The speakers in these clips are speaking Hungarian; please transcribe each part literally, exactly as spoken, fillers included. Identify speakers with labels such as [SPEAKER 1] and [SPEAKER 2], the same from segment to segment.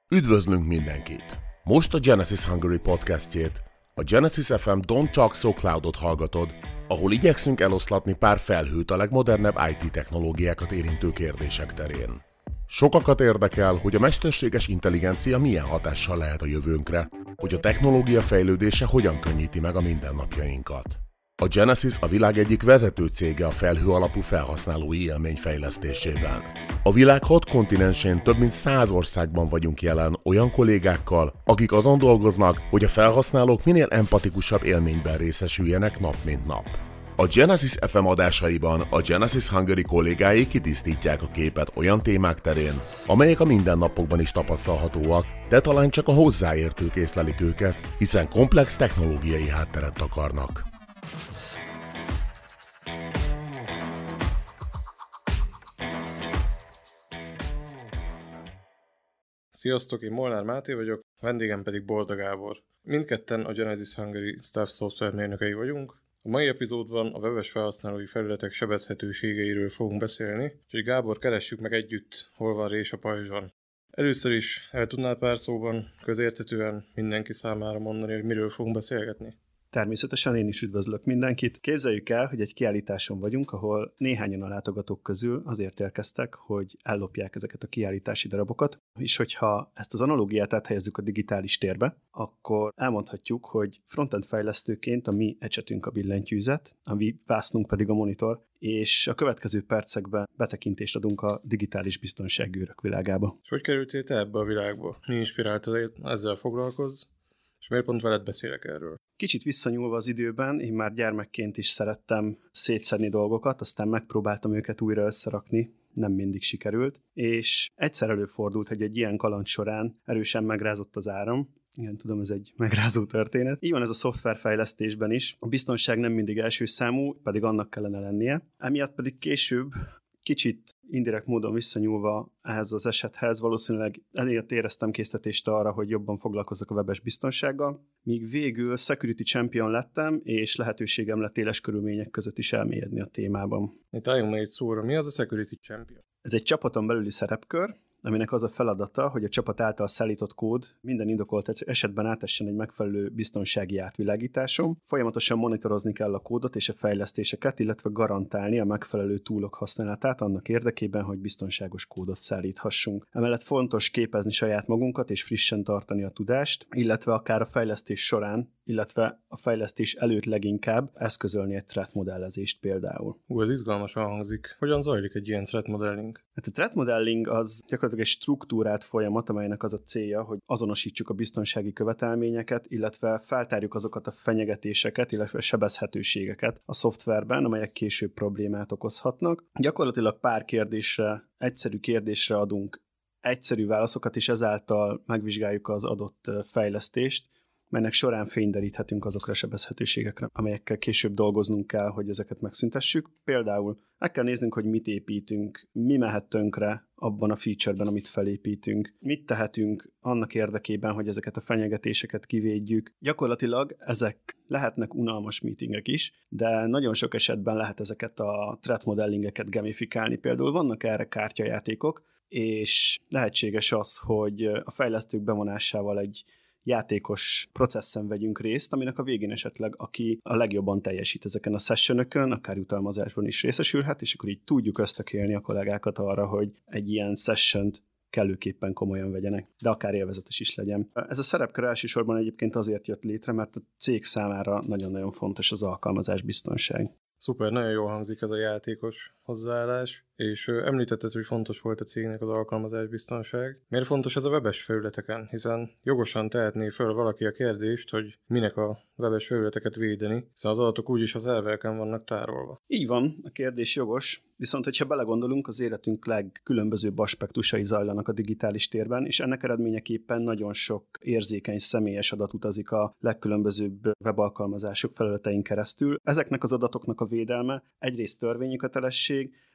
[SPEAKER 1] Üdvözlünk mindenkit! Most a Genesis Hungary podcastjét, a Genesis ef em Don't Talk So Cloudot hallgatod, ahol igyekszünk eloszlatni pár felhőt a legmodernebb i té technológiákat érintő kérdések terén. Sokakat érdekel, hogy a mesterséges intelligencia milyen hatással lehet a jövőnkre, hogy a technológia fejlődése hogyan könnyíti meg a mindennapjainkat. A Genesis a világ egyik vezető cége a felhő alapú felhasználói élmény fejlesztésében. A világ hat kontinensén több mint száz országban vagyunk jelen olyan kollégákkal, akik azon dolgoznak, hogy a felhasználók minél empatikusabb élményben részesüljenek nap mint nap. A Genesis ef em adásaiban a Genesis Hungary kollégái kitisztítják a képet olyan témák terén, amelyek a mindennapokban is tapasztalhatóak, de talán csak a hozzáértők észlelik őket, hiszen komplex technológiai hátteret takarnak.
[SPEAKER 2] Sziasztok, én Molnár Máté vagyok, vendégem pedig Bolda Gábor. Mindketten a Genesis Hungary staff szoftvermérnökei vagyunk. A mai epizódban a webes felhasználói felületek sebezhetőségeiről fogunk beszélni, úgyhogy Gábor, keressük meg együtt, hol van rés a pajzson. Először is el tudnál pár szóban, közérthetően mindenki számára mondani, hogy miről fogunk beszélgetni?
[SPEAKER 3] Természetesen én is üdvözlök mindenkit. Képzeljük el, hogy egy kiállításon vagyunk, ahol néhányan a látogatók közül azért érkeztek, hogy ellopják ezeket a kiállítási darabokat, és hogyha ezt az analógiát áthelyezzük a digitális térbe, akkor elmondhatjuk, hogy frontend fejlesztőként a mi ecsetünk a billentyűzet, a mi vásznunk pedig a monitor, és a következő percekben betekintést adunk a digitális biztonsági őrök világába.
[SPEAKER 2] És hogy kerültél te ebbe a világba? Mi inspiráltad, ezzel foglalkozz? És miért pont veled beszélek erről?
[SPEAKER 3] Kicsit visszanyúlva az időben, én már gyermekként is szerettem szétszedni dolgokat, aztán megpróbáltam őket újra összerakni, nem mindig sikerült, és egyszer előfordult, hogy egy ilyen kaland során erősen megrázott az áram. Igen, tudom, ez egy megrázó történet. Így van ez a szoftverfejlesztésben is. A biztonság nem mindig első számú, pedig annak kellene lennie. Emiatt pedig később kicsit indirekt módon visszanyúlva ehhez az esethez, valószínűleg elért éreztem késztetést arra, hogy jobban foglalkozzak a webes biztonsággal, míg végül security champion lettem, és lehetőségem lett éles körülmények között is elmélyedni a témában.
[SPEAKER 2] Itt álljunk meg egy szóra, mi az a security champion?
[SPEAKER 3] Ez egy csapaton belüli szerepkör, aminek az a feladata, hogy a csapat által szállított kód minden indokolt esetben átessen egy megfelelő biztonsági átvilágításon. Folyamatosan monitorozni kell a kódot és a fejlesztéseket, illetve garantálni a megfelelő toolok használatát annak érdekében, hogy biztonságos kódot szállíthassunk. Emellett fontos képezni saját magunkat és frissen tartani a tudást, illetve akár a fejlesztés során, illetve a fejlesztés előtt leginkább eszközölni egy threat modellezést például.
[SPEAKER 2] Ú, ez izgalmasan hangzik. Hogyan zajlik egy ilyen threat modelling?
[SPEAKER 3] Hát a threat modelling az gyakorlatilag egy struktúrált folyamat, amelynek az a célja, hogy azonosítsuk a biztonsági követelményeket, illetve feltárjuk azokat a fenyegetéseket, illetve sebezhetőségeket a szoftverben, amelyek később problémát okozhatnak. Gyakorlatilag pár kérdésre, egyszerű kérdésre adunk egyszerű válaszokat, és ezáltal megvizsgáljuk az adott fejlesztést, melynek során fényderíthetünk azokra a sebezhetőségekre, amelyekkel később dolgoznunk kell, hogy ezeket megszüntessük. Például meg kell néznünk, hogy mit építünk, mi mehet tönkre abban a featureben, amit felépítünk, mit tehetünk annak érdekében, hogy ezeket a fenyegetéseket kivédjük. Gyakorlatilag ezek lehetnek unalmas meetingek is, de nagyon sok esetben lehet ezeket a threat modellingeket gamifikálni. Például vannak erre kártyajátékok, és lehetséges az, hogy a fejlesztők bevonásával egy játékos processzen vegyünk részt, aminek a végén esetleg aki a legjobban teljesít ezeken a sessionökön, akár jutalmazásban is részesülhet, és akkor így tudjuk ösztökélni a kollégákat arra, hogy egy ilyen sessiont kellőképpen komolyan vegyenek, de akár élvezetes is legyen. Ez a szerepkör elsősorban egyébként azért jött létre, mert a cég számára nagyon-nagyon fontos az alkalmazás biztonság.
[SPEAKER 2] Szuper, nagyon jól hangzik ez a játékos hozzáállás, és említetted, hogy fontos volt a cégnek az alkalmazásbiztonság. Miért fontos ez a webes felületeken? Hiszen jogosan tehetné föl valaki a kérdést, hogy minek a webes felületeket védeni, hiszen az adatok úgyis a szervereken vannak tárolva.
[SPEAKER 3] Így van, a kérdés jogos, viszont hogyha belegondolunk, az életünk legkülönbözőbb aspektusai zajlanak a digitális térben, és ennek eredményeképpen nagyon sok érzékeny személyes adat utazik a legkülönbözőbb webalkalmazások felületein keresztül. Ezeknek az adatoknak a védelme egyrészt törvényi kötelesség,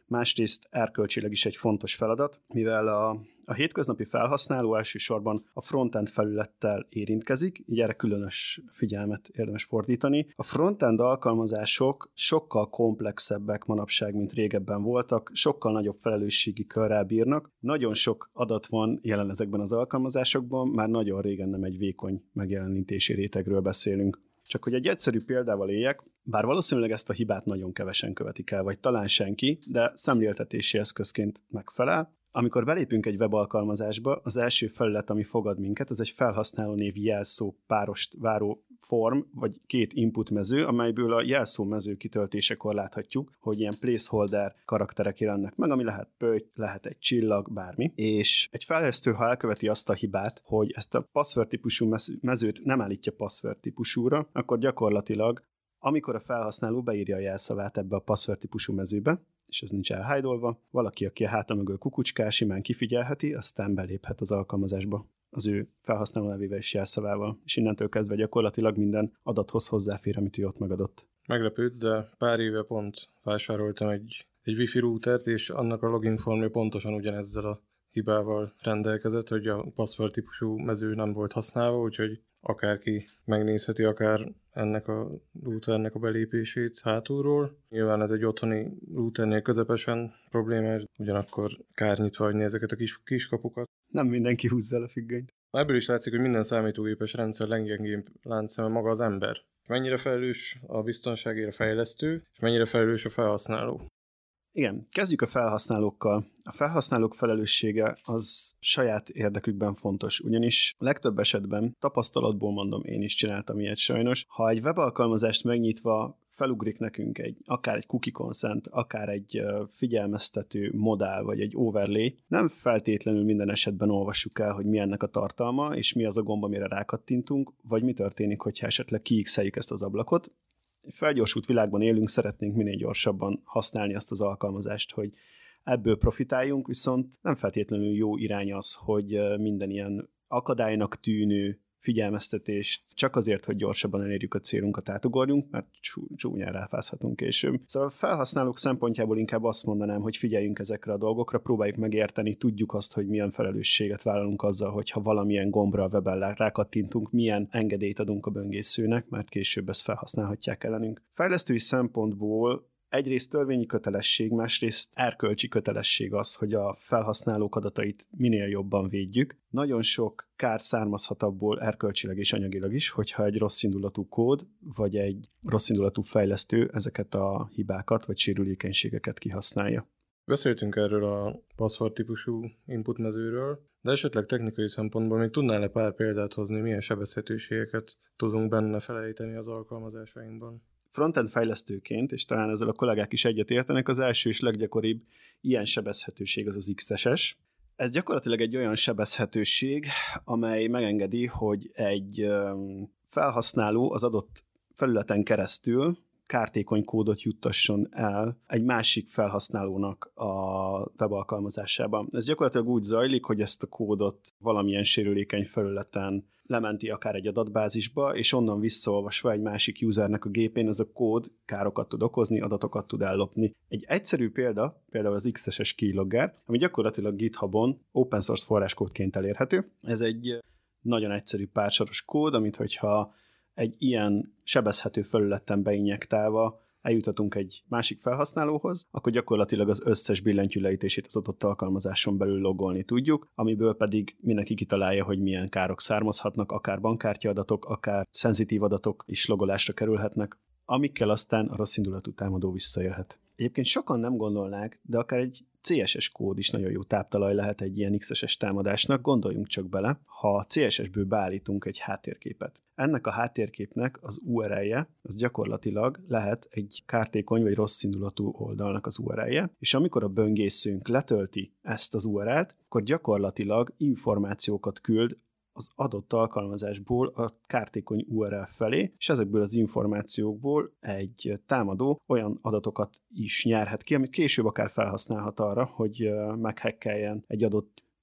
[SPEAKER 3] másrészt erkölcsileg is egy fontos feladat, mivel a, a hétköznapi felhasználó elsősorban a frontend felülettel érintkezik, így erre különös figyelmet érdemes fordítani. A frontend alkalmazások sokkal komplexebbek manapság, mint régebben voltak, sokkal nagyobb felelősségi körrel bírnak. Nagyon sok adat van jelen ezekben az alkalmazásokban, már nagyon régen nem egy vékony megjelenítési rétegről beszélünk. Csak hogy egy egyszerű példával éljek, bár valószínűleg ezt a hibát nagyon kevesen követik el, vagy talán senki, de szemléltetési eszközként megfelel. Amikor belépünk egy webalkalmazásba, az első felület, ami fogad minket, az egy felhasználó név jelszó párost váró form, vagy két input mező, amelyből a jelszó mező kitöltésekor láthatjuk, hogy ilyen placeholder karakterek jelennek meg, ami lehet pötty, lehet egy csillag, bármi. És egy fejlesztő, ha elköveti azt a hibát, hogy ezt a password típusú mezőt nem állítja password típusúra, akkor gyakorlatilag amikor a felhasználó beírja a jelszavát ebbe a password típusú mezőbe, és ez nincs elhájdolva, valaki, aki a háta mögül kukucskál, simán kifigyelheti, aztán beléphet az alkalmazásba az ő felhasználó nevével és jelszavával, és innentől kezdve gyakorlatilag minden adathoz hozzáfér, amit ő ott megadott.
[SPEAKER 2] Meglepődsz, de pár éve pont vásároltam egy, egy wifi routert, és annak a login formja pontosan ugyanezzel a hibával rendelkezett, hogy a password típusú mező nem volt használva, úgyhogy akárki megnézheti akár ennek a routernek a belépését hátulról. Nyilván ez egy otthoni routernél közepesen problémás, ugyanakkor kár nyitva hagyni ezeket a kis, kis kapukat.
[SPEAKER 3] Nem mindenki húzza el a függönyt.
[SPEAKER 2] Ebből is látszik, hogy minden számítógépes rendszer leggyengébb láncszeme maga az ember. Mennyire felelős a biztonságért a fejlesztő, és mennyire felelős a felhasználó.
[SPEAKER 3] Igen, kezdjük a felhasználókkal. A felhasználók felelőssége az saját érdekükben fontos, ugyanis a legtöbb esetben, tapasztalatból mondom, én is csináltam ilyet sajnos, ha egy webalkalmazást megnyitva felugrik nekünk egy, akár egy cookie consent, akár egy figyelmeztető modál, vagy egy overlay, nem feltétlenül minden esetben olvassuk el, hogy mi ennek a tartalma, és mi az a gomb, amire rákattintunk, vagy mi történik, hogyha esetleg kiixeljük ezt az ablakot. Felgyorsult világban élünk, szeretnénk minél gyorsabban használni azt az alkalmazást, hogy ebből profitáljunk, viszont nem feltétlenül jó irány az, hogy minden ilyen akadálynak tűnő figyelmeztetést csak azért, hogy gyorsabban elérjük a célunkat, átugorjunk, mert csúnyán ráfázhatunk később. Szóval a felhasználók szempontjából inkább azt mondanám, hogy figyeljünk ezekre a dolgokra, próbáljuk megérteni, tudjuk azt, hogy milyen felelősséget vállalunk azzal, hogyha valamilyen gombra a weben rákattintunk, milyen engedélyt adunk a böngészőnek, mert később ezt felhasználhatják ellenünk. Fejlesztői szempontból egyrészt törvényi kötelesség, másrészt erkölcsi kötelesség az, hogy a felhasználók adatait minél jobban védjük. Nagyon sok kár származhat abból erkölcsileg és anyagilag is, hogyha egy rosszindulatú kód, vagy egy rosszindulatú fejlesztő ezeket a hibákat vagy sérülékenységeket kihasználja.
[SPEAKER 2] Beszéltünk erről a password típusú input mezőről, de esetleg technikai szempontból még tudnál-e pár példát hozni, milyen sebezhetőségeket tudunk benne felejteni az alkalmazásainkban?
[SPEAKER 3] Frontend fejlesztőként, és talán ezzel a kollégák is egyet értenek, az első és leggyakoribb ilyen sebezhetőség az az iksz es es. Ez gyakorlatilag egy olyan sebezhetőség, amely megengedi, hogy egy felhasználó az adott felületen keresztül kártékony kódot juttasson el egy másik felhasználónak a webalkalmazásában. Ez gyakorlatilag úgy zajlik, hogy ezt a kódot valamilyen sérülékeny felületen lementi akár egy adatbázisba, és onnan visszaolvasva egy másik usernek a gépén ez a kód károkat tud okozni, adatokat tud ellopni. Egy egyszerű példa, például az iksz es es keylogger, ami gyakorlatilag GitHubon open source forráskódként elérhető. Ez egy nagyon egyszerű pársoros kód, amit hogyha egy ilyen sebezhető felületen beinjektálva eljutatunk egy másik felhasználóhoz, akkor gyakorlatilag az összes billentyű leütését az adott alkalmazáson belül logolni tudjuk, amiből pedig mindenki kitalálja, hogy milyen károk származhatnak, akár bankkártyaadatok, akár szenzitív adatok is logolásra kerülhetnek, amikkel aztán a rosszindulatú támadó visszaélhet. Egyébként sokan nem gondolnák, de akár egy cé es es kód is nagyon jó táptalaj lehet egy ilyen iksz es es támadásnak, gondoljunk csak bele, ha cé es es-ből beállítunk egy háttérképet. Ennek a háttérképnek az u er el-je, az gyakorlatilag lehet egy kártékony vagy rosszindulatú oldalnak az u er el-je, és amikor a böngészőnk letölti ezt az u er el-t, akkor gyakorlatilag információkat küld az adott alkalmazásból a kártékony u er el felé, és ezekből az információkból egy támadó olyan adatokat is nyerhet ki, amit később akár felhasználhat arra, hogy meghekkeljen egy adott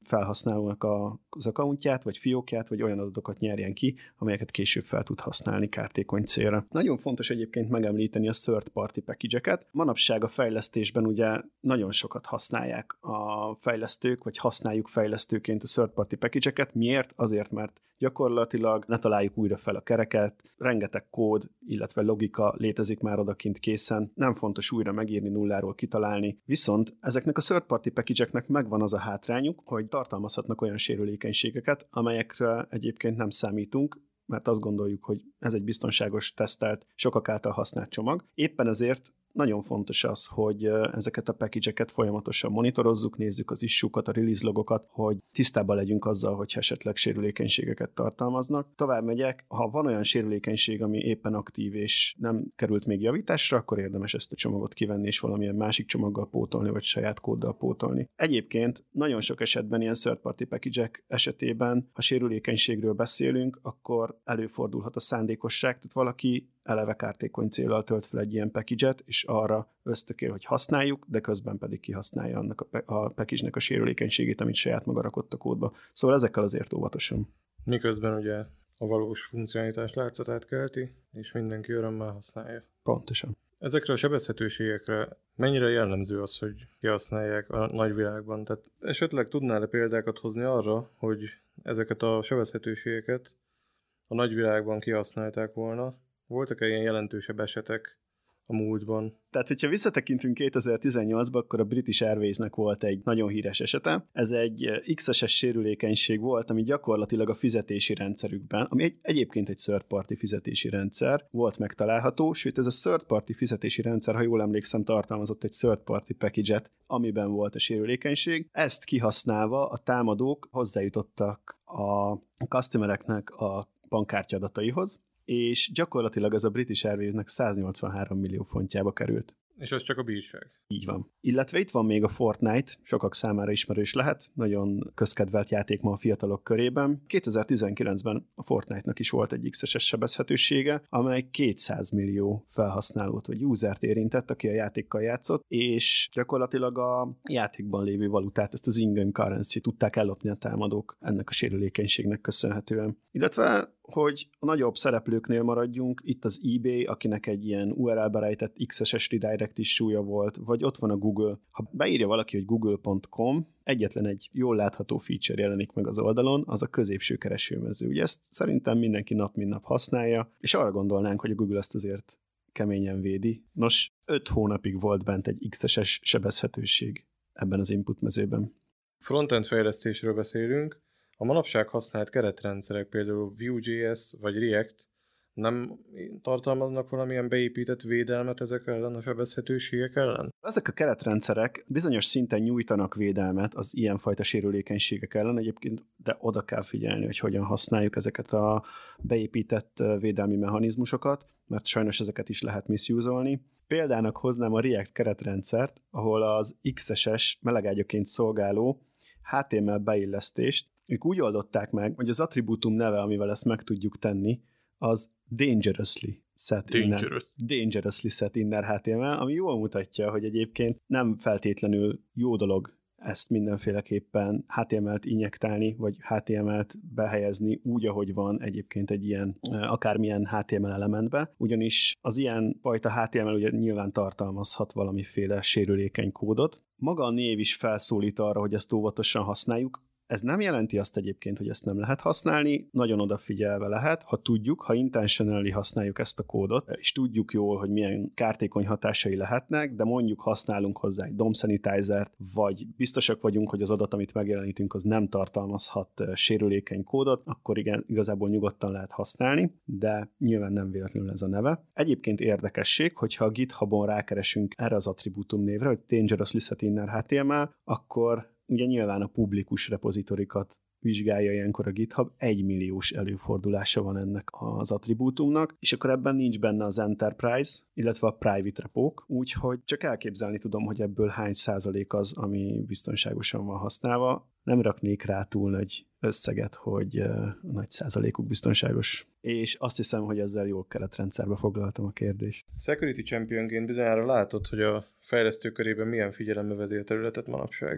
[SPEAKER 3] felhasználónak az accountját, vagy fiókját, vagy olyan adatokat nyerjen ki, amelyeket később fel tud használni kártékony célra. Nagyon fontos egyébként megemlíteni a third party package-eket. Manapság a fejlesztésben ugye nagyon sokat használják a fejlesztők, vagy használjuk fejlesztőként a third party package-eket. Miért? Azért, mert gyakorlatilag ne találjuk újra fel a kereket, rengeteg kód, illetve logika létezik már odakint készen, nem fontos újra megírni, nulláról kitalálni. Viszont ezeknek a third party package-eknek megvan az a hátrányuk, hogy tartalmazhatnak olyan sérülékenységeket, amelyekre egyébként nem számítunk, mert azt gondoljuk, hogy ez egy biztonságos, tesztelt, sokak által használt csomag. Éppen ezért nagyon fontos az, hogy ezeket a package-eket folyamatosan monitorozzuk, nézzük az issue-kat, a release logokat, hogy tisztában legyünk azzal, hogy esetleg sérülékenységeket tartalmaznak. Tovább megyek, ha van olyan sérülékenység, ami éppen aktív és nem került még javításra, akkor érdemes ezt a csomagot kivenni és valamilyen másik csomaggal pótolni, vagy saját kóddal pótolni. Egyébként nagyon sok esetben ilyen third party package-ek esetében, ha sérülékenységről beszélünk, akkor előfordulhat a szándékosság, tehát valaki eleve kártékony céllal tölt fel egy ilyen package-et, és arra ösztökél, hogy használjuk, de közben pedig kihasználja annak a, pe- a package-nek a sérülékenységét, amit saját maga rakott a kódba. Szóval ezekkel azért óvatosan.
[SPEAKER 2] Miközben ugye a valós funkcionalitás látszatát kelti, és mindenki örömmel használja.
[SPEAKER 3] Pontosan.
[SPEAKER 2] Ezekre a sebezhetőségekre mennyire jellemző az, hogy kihasználják a nagyvilágban? Tehát esetleg tudnál-e példákat hozni arra, hogy ezeket a sebezhetőségeket a nagyvilágban kihasználták volna? Voltak-e ilyen jelentősebb esetek a múltban?
[SPEAKER 3] Tehát, hogyha visszatekintünk kétezer-tizennyolcba, akkor a British Airwaysnek volt egy nagyon híres esete. Ez egy iksz es es sérülékenység volt, ami gyakorlatilag a fizetési rendszerükben, ami egy, egyébként egy third party fizetési rendszer volt megtalálható, sőt ez a third party fizetési rendszer, ha jól emlékszem, tartalmazott egy third party package-et, amiben volt a sérülékenység. Ezt kihasználva a támadók hozzájutottak a customereknek a bankkártya adataihoz, és gyakorlatilag ez a British Airwaysnek száznyolcvanhárom millió fontjába került.
[SPEAKER 2] És az csak a bírság.
[SPEAKER 3] Így van. Illetve itt van még a Fortnite, sokak számára ismerős lehet, nagyon közkedvelt játék ma a fiatalok körében. kétezer-tizenkilencben a Fortnite-nak is volt egy iksz es es sebezhetősége, amely kétszáz millió felhasználót vagy usert érintett, aki a játékkal játszott, és gyakorlatilag a játékban lévő valutát, ezt az in-game currency tudták ellopni a támadók ennek a sérülékenységnek köszönhetően. Illetve hogy a nagyobb szereplőknél maradjunk, itt az eBay, akinek egy ilyen u er el-be rejtett iksz es es redirect is súlya volt, vagy ott van a Google. Ha beírja valaki, hogy google pont com, egyetlen egy jól látható feature jelenik meg az oldalon, az a középső keresőmező. Ugye ezt szerintem mindenki nap mint nap használja, és arra gondolnánk, hogy a Google ezt azért keményen védi. Nos, öt hónapig volt bent egy iksz es es sebezhetőség ebben az input mezőben.
[SPEAKER 2] Frontend fejlesztésről beszélünk. A manapság használt keretrendszerek, például Vue.js vagy React nem tartalmaznak valamilyen beépített védelmet ezek ellen a sebezhetőségek ellen?
[SPEAKER 3] Ezek a keretrendszerek bizonyos szinten nyújtanak védelmet az ilyenfajta sérülékenységek ellen egyébként, de oda kell figyelni, hogy hogyan használjuk ezeket a beépített védelmi mechanizmusokat, mert sajnos ezeket is lehet miszjúzolni. Példának hoznám a React keretrendszert, ahol az iksz es es melegágyaként szolgáló há té em el beillesztést ők úgy oldották meg, hogy az attribútum neve, amivel ezt meg tudjuk tenni, az dangerously set
[SPEAKER 2] Dangerous.
[SPEAKER 3] inner, dangerously set inner há té em el, ami jól mutatja, hogy egyébként nem feltétlenül jó dolog ezt mindenféleképpen há té em el-t injektálni, vagy há té em el-t behelyezni úgy, ahogy van egyébként egy ilyen akármilyen há té em el elementbe, ugyanis az ilyen fajta há té em el ugye nyilván tartalmazhat valamiféle sérülékeny kódot. Maga a név is felszólít arra, hogy ezt óvatosan használjuk. Ez nem jelenti azt egyébként, hogy ezt nem lehet használni, nagyon odafigyelve lehet, ha tudjuk, ha intentionally használjuk ezt a kódot, és tudjuk jól, hogy milyen kártékony hatásai lehetnek, de mondjuk használunk hozzá egy dom sanitizert, vagy biztosak vagyunk, hogy az adat, amit megjelenítünk, az nem tartalmazhat sérülékeny kódot, akkor igen, igazából nyugodtan lehet használni, de nyilván nem véletlenül ez a neve. Egyébként érdekesség, hogyha a GitHubon rákeresünk erre az attribútum névre, hogy dangerously set inner há té em el, akkor ugye nyilván a publikus repozitorikat vizsgálja ilyenkor a GitHub, egymilliós előfordulása van ennek az attribútumnak, és akkor ebben nincs benne az Enterprise, illetve a private repók, úgyhogy csak elképzelni tudom, hogy ebből hány százalék az, ami biztonságosan van használva. Nem raknék rá túl nagy összeget, hogy uh, nagy százalékuk biztonságos. És azt hiszem, hogy ezzel jól keretrendszerbe foglaltam a kérdést.
[SPEAKER 2] Security championként bizonyára látod, hogy a fejlesztők körében milyen figyelembe vezél területet manapság?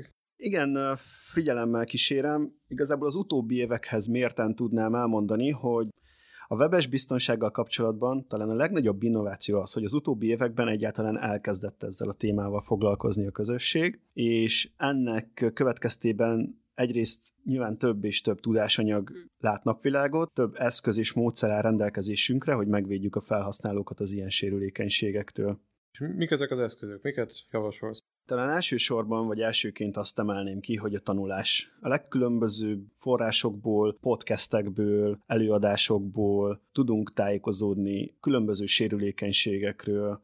[SPEAKER 3] Igen, figyelemmel kísérem. Igazából az utóbbi évekhez mérten tudnám elmondani, hogy a webes biztonsággal kapcsolatban talán a legnagyobb innováció az, hogy az utóbbi években egyáltalán elkezdett ezzel a témával foglalkozni a közösség, és ennek következtében egyrészt nyilván több és több tudásanyag lát napvilágot, több eszköz és módszer áll rendelkezésünkre, hogy megvédjük a felhasználókat az ilyen sérülékenységektől.
[SPEAKER 2] És mik ezek az eszközök? Miket javasolsz?
[SPEAKER 3] Talán elsősorban, vagy elsőként azt emelném ki, hogy a tanulás. A legkülönbözőbb forrásokból, podcastekből, előadásokból tudunk tájékozódni különböző sérülékenységekről.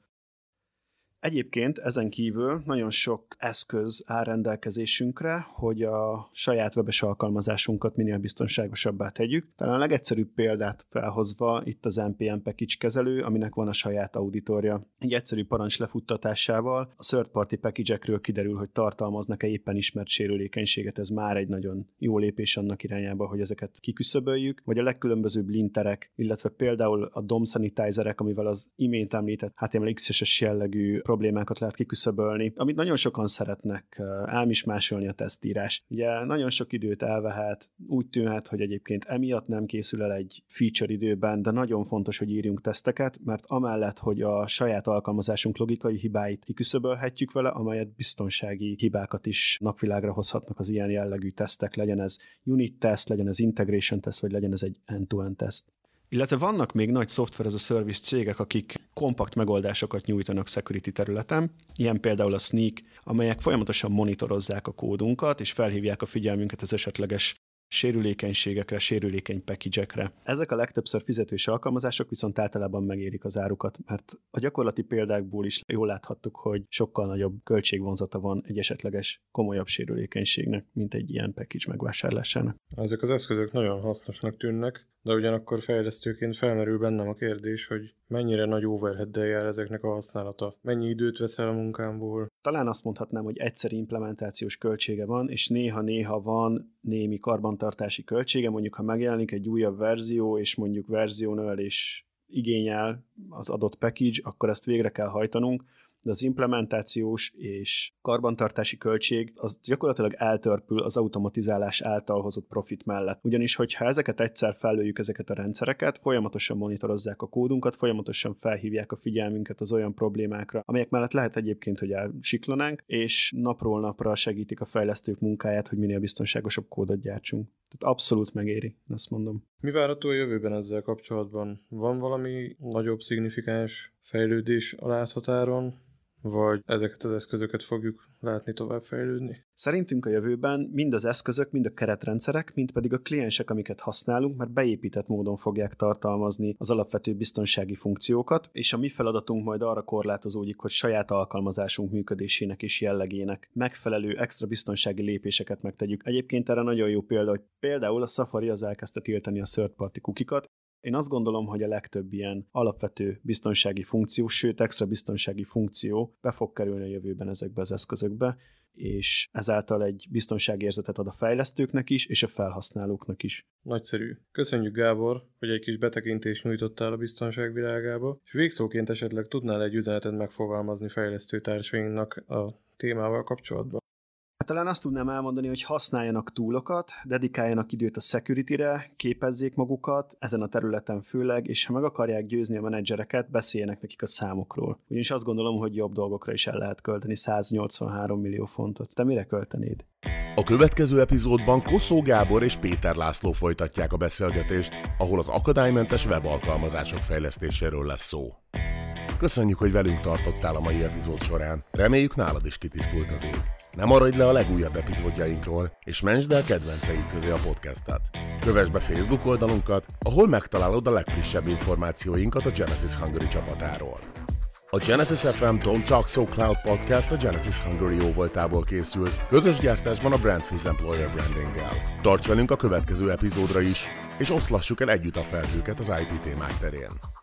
[SPEAKER 3] Egyébként ezen kívül nagyon sok eszköz áll rendelkezésünkre, hogy a saját webes alkalmazásunkat minél biztonságosabbá tegyük. Talán a legegyszerűbb példát felhozva itt az en pé em package kezelő, aminek van a saját auditorja. Egy egyszerű parancs lefuttatásával a third party package-ekről kiderül, hogy tartalmaznak-e éppen ismert sérülékenységet. Ez már egy nagyon jó lépés annak irányába, hogy ezeket kiküszöböljük, vagy a legkülönbözőbb linterek, illetve például a dom sanitizerek, amivel az imént említett há té em el iksz es jellegű problémákat lehet kiküszöbölni, amit nagyon sokan szeretnek elmismásolni a tesztírás. Ugye nagyon sok időt elvehet, úgy tűnhet, hogy egyébként emiatt nem készül el egy feature időben, de nagyon fontos, hogy írjunk teszteket, mert amellett, hogy a saját alkalmazásunk logikai hibáit kiküszöbölhetjük vele, amelyet biztonsági hibákat is napvilágra hozhatnak az ilyen jellegű tesztek, legyen ez unit teszt, legyen ez integration teszt, vagy legyen ez egy end-to-end teszt. Illetve vannak még nagy software as a service cégek, akik kompakt megoldásokat nyújtanak security területen, ilyen például a Snyk, amelyek folyamatosan monitorozzák a kódunkat, és felhívják a figyelmünket az esetleges sérülékenységekre, sérülékeny package-ekre. Ezek a legtöbbször fizetős alkalmazások viszont általában megérik az árukat, mert a gyakorlati példákból is jól láthattuk, hogy sokkal nagyobb költségvonzata van egy esetleges komolyabb sérülékenységnek, mint egy ilyen package megvásárlásának.
[SPEAKER 2] Ezek az eszközök nagyon hasznosnak tűnnek, de ugyanakkor fejlesztőként felmerül bennem a kérdés, hogy mennyire nagy overheaddel jár ezeknek a használata. Mennyi időt veszel a munkámból?
[SPEAKER 3] Talán azt mondhatnám, hogy egyszeri implementációs költsége van, és néha-néha van némi karbantartási költsége, mondjuk ha megjelenik egy újabb verzió, és mondjuk verziónövelés igényel az adott package, akkor ezt végre kell hajtanunk, de az implementációs és karbantartási költség az gyakorlatilag eltörpül az automatizálás által hozott profit mellett. Ugyanis, hogyha ezeket egyszer fellőjük, ezeket a rendszereket, folyamatosan monitorozzák a kódunkat, folyamatosan felhívják a figyelmünket az olyan problémákra, amelyek mellett lehet egyébként, hogy elsiklanánk, és napról napra segítik a fejlesztők munkáját, hogy minél biztonságosabb kódot gyártsunk. Tehát abszolút megéri, azt mondom.
[SPEAKER 2] Mi várható a jövőben ezzel kapcsolatban? Van valami nagyobb szignifikáns fejlődés a láthatáron, vagy ezeket az eszközöket fogjuk látni tovább fejlődni?
[SPEAKER 3] Szerintünk a jövőben mind az eszközök, mind a keretrendszerek, mind pedig a kliensek, amiket használunk, mert beépített módon fogják tartalmazni az alapvető biztonsági funkciókat, és a mi feladatunk majd arra korlátozódik, hogy saját alkalmazásunk működésének és jellegének megfelelő extra biztonsági lépéseket megtegyük. Egyébként erre nagyon jó példa, hogy például a Safari az elkezdte tiltani a third party cookikat. Én azt gondolom, hogy a legtöbb ilyen alapvető biztonsági funkció, sőt extra biztonsági funkció be fog kerülni a jövőben ezekbe az eszközökbe, és ezáltal egy biztonságérzetet ad a fejlesztőknek is, és a felhasználóknak is.
[SPEAKER 2] Nagyszerű. Köszönjük, Gábor, hogy egy kis betekintést nyújtottál a biztonság világába, és végszóként esetleg tudnál egy üzenetet megfogalmazni fejlesztőtársainknak a témával kapcsolatban?
[SPEAKER 3] Hát talán azt tudnám elmondani, hogy használjanak túlokat, dedikáljanak időt a security-re, képezzék magukat, ezen a területen főleg, és ha meg akarják győzni a menedzsereket, beszéljenek nekik a számokról. Ugyanis azt gondolom, hogy jobb dolgokra is el lehet költeni száznyolcvanhárom millió fontot. Te mire költenéd?
[SPEAKER 1] A következő epizódban Koszó Gábor és Péter László folytatják a beszélgetést, ahol az akadálymentes webalkalmazások fejlesztéséről lesz szó. Köszönjük, hogy velünk tartottál a mai epizód során. Reméljük, nálad is kitisztult az ég. Ne maradj le a legújabb epizódjainkról, és mentsd el kedvenceid közé a podcastet. Kövess be Facebook oldalunkat, ahol megtalálod a legfrissebb információinkat a Genesys Hungary csapatáról. A Genesys ef em Don't Talk So Cloud podcast a Genesys Hungary jóvoltából készült, közös gyártásban a Brandfiz Employer brandinggel. Tarts velünk a következő epizódra is, és oszlassuk el együtt a felhőket az i té témák terén.